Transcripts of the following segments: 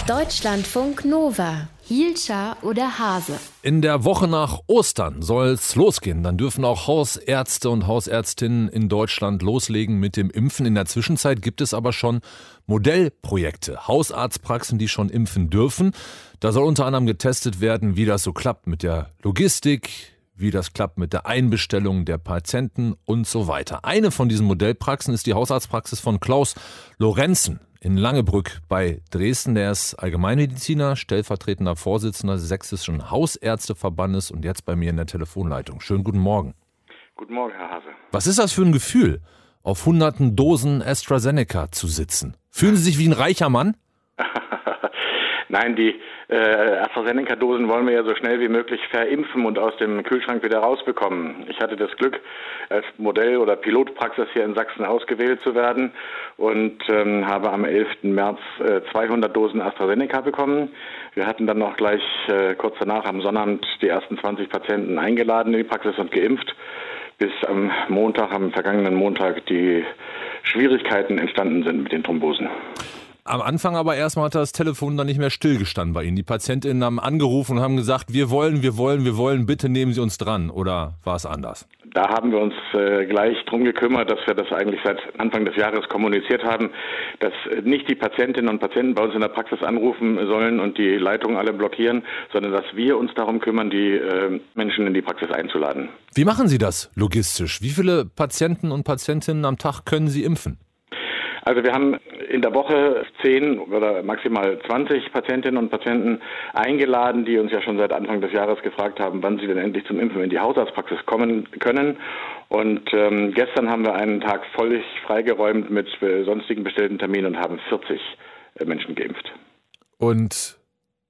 Deutschlandfunk Nova. Hielscher oder Hase? In der Woche nach Ostern soll es losgehen. Dann dürfen auch Hausärzte und Hausärztinnen in Deutschland loslegen mit dem Impfen. In der Zwischenzeit gibt es aber schon Modellprojekte, Hausarztpraxen, die schon impfen dürfen. Da soll unter anderem getestet werden, wie das so klappt mit der Logistik, wie das klappt mit der Einbestellung der Patienten und so weiter. Eine von diesen Modellpraxen ist die Hausarztpraxis von Klaus Lorenzen in Langebrück bei Dresden. Der ist Allgemeinmediziner, stellvertretender Vorsitzender des Sächsischen Hausärzteverbandes und jetzt bei mir in der Telefonleitung. Schönen guten Morgen. Guten Morgen, Herr Hase. Was ist das für ein Gefühl, auf hunderten Dosen AstraZeneca zu sitzen? Fühlen Sie sich wie ein reicher Mann? Nein, die AstraZeneca-Dosen wollen wir ja so schnell wie möglich verimpfen und aus dem Kühlschrank wieder rausbekommen. Ich hatte das Glück, als Modell- oder Pilotpraxis hier in Sachsen ausgewählt zu werden und habe am 11. März 200 Dosen AstraZeneca bekommen. Wir hatten dann noch gleich kurz danach am Sonnabend die ersten 20 Patienten eingeladen in die Praxis und geimpft, bis am vergangenen Montag, die Schwierigkeiten entstanden sind mit den Thrombosen. Am Anfang aber erstmal hat das Telefon dann nicht mehr stillgestanden bei Ihnen. Die Patientinnen haben angerufen und haben gesagt, wir wollen, bitte nehmen Sie uns dran. Oder war es anders? Da haben wir uns gleich drum gekümmert, dass wir das eigentlich seit Anfang des Jahres kommuniziert haben, dass nicht die Patientinnen und Patienten bei uns in der Praxis anrufen sollen und die Leitungen alle blockieren, sondern dass wir uns darum kümmern, die Menschen in die Praxis einzuladen. Wie machen Sie das logistisch? Wie viele Patienten und Patientinnen am Tag können Sie impfen? Also wir haben in der Woche 10 oder maximal 20 Patientinnen und Patienten eingeladen, die uns ja schon seit Anfang des Jahres gefragt haben, wann sie denn endlich zum Impfen in die Hausarztpraxis kommen können. Und gestern haben wir einen Tag völlig freigeräumt mit sonstigen bestellten Terminen und haben 40 Menschen geimpft. Und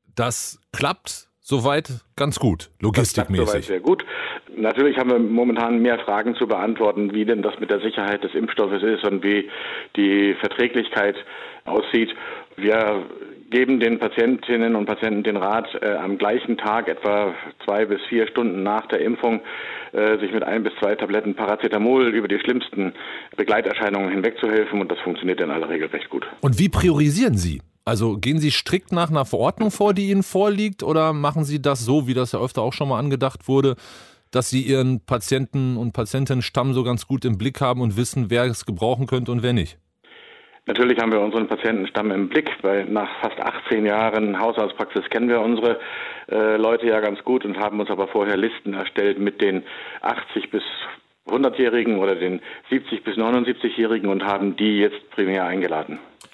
das klappt soweit ganz gut, logistikmäßig? Das klappt soweit sehr gut. Natürlich haben wir momentan mehr Fragen zu beantworten, wie denn das mit der Sicherheit des Impfstoffes ist und wie die Verträglichkeit aussieht. Wir geben den Patientinnen und Patienten den Rat, am gleichen Tag, etwa 2 bis 4 Stunden nach der Impfung, sich mit 1 bis 2 Tabletten Paracetamol über die schlimmsten Begleiterscheinungen hinwegzuhelfen, und das funktioniert in aller Regel recht gut. Und wie priorisieren Sie? Also gehen Sie strikt nach einer Verordnung vor, die Ihnen vorliegt, oder machen Sie das so, wie das ja öfter auch schon mal angedacht wurde, dass Sie Ihren Patienten- und Patientinnenstamm so ganz gut im Blick haben und wissen, wer es gebrauchen könnte und wer nicht? Natürlich haben wir unseren Patientenstamm im Blick, weil nach fast 18 Jahren Hausarztpraxis kennen wir unsere Leute ja ganz gut und haben uns aber vorher Listen erstellt mit den 80 bis 100-Jährigen oder den 70 bis 79-Jährigen und haben die jetzt primär eingeladen.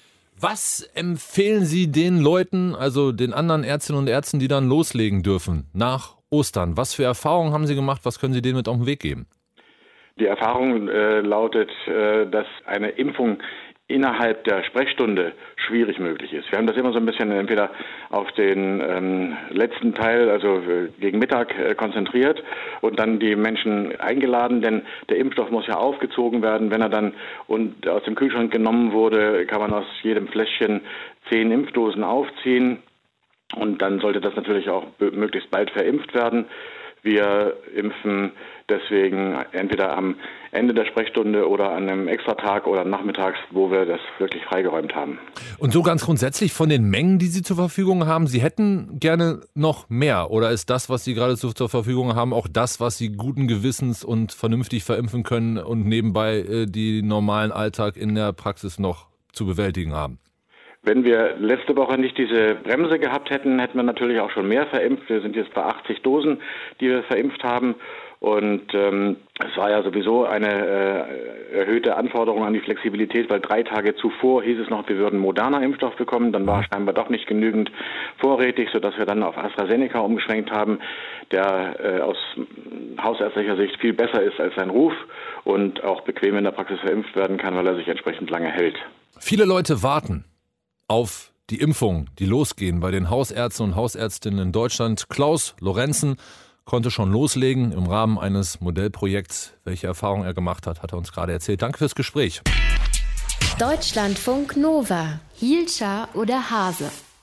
Was empfehlen Sie den Leuten, also den anderen Ärztinnen und Ärzten, die dann loslegen dürfen nach Ostern? Was für Erfahrungen haben Sie gemacht? Was können Sie denen mit auf den Weg geben? Die Erfahrung lautet, dass eine Impfung innerhalb der Sprechstunde schwierig möglich ist. Wir haben das immer so ein bisschen entweder auf den letzten Teil, also gegen Mittag, konzentriert und dann die Menschen eingeladen, denn der Impfstoff muss ja aufgezogen werden. Wenn er dann aus dem Kühlschrank genommen wurde, kann man aus jedem Fläschchen 10 Impfdosen aufziehen und dann sollte das natürlich auch möglichst bald verimpft werden. Wir impfen deswegen entweder am Ende der Sprechstunde oder an einem Extratag oder nachmittags, wo wir das wirklich freigeräumt haben. Und so ganz grundsätzlich von den Mengen, die Sie zur Verfügung haben, Sie hätten gerne noch mehr? Oder ist das, was Sie gerade zur Verfügung haben, auch das, was Sie guten Gewissens und vernünftig verimpfen können und nebenbei den normalen Alltag in der Praxis noch zu bewältigen haben? Wenn wir letzte Woche nicht diese Bremse gehabt hätten, hätten wir natürlich auch schon mehr verimpft. Wir sind jetzt bei 80 Dosen, die wir verimpft haben. Und es war ja sowieso eine erhöhte Anforderung an die Flexibilität, weil 3 Tage zuvor hieß es noch, wir würden moderner Impfstoff bekommen. Dann war scheinbar doch nicht genügend vorrätig, sodass wir dann auf AstraZeneca umgeschwenkt haben, der aus hausärztlicher Sicht viel besser ist als sein Ruf und auch bequem in der Praxis verimpft werden kann, weil er sich entsprechend lange hält. Viele Leute warten auf die Impfungen, die losgehen bei den Hausärzten und Hausärztinnen in Deutschland. Klaus Lorenzen konnte schon loslegen im Rahmen eines Modellprojekts. Welche Erfahrungen er gemacht hat, hat er uns gerade erzählt. Danke fürs Gespräch. Deutschlandfunk Nova. Hielscher oder Hase?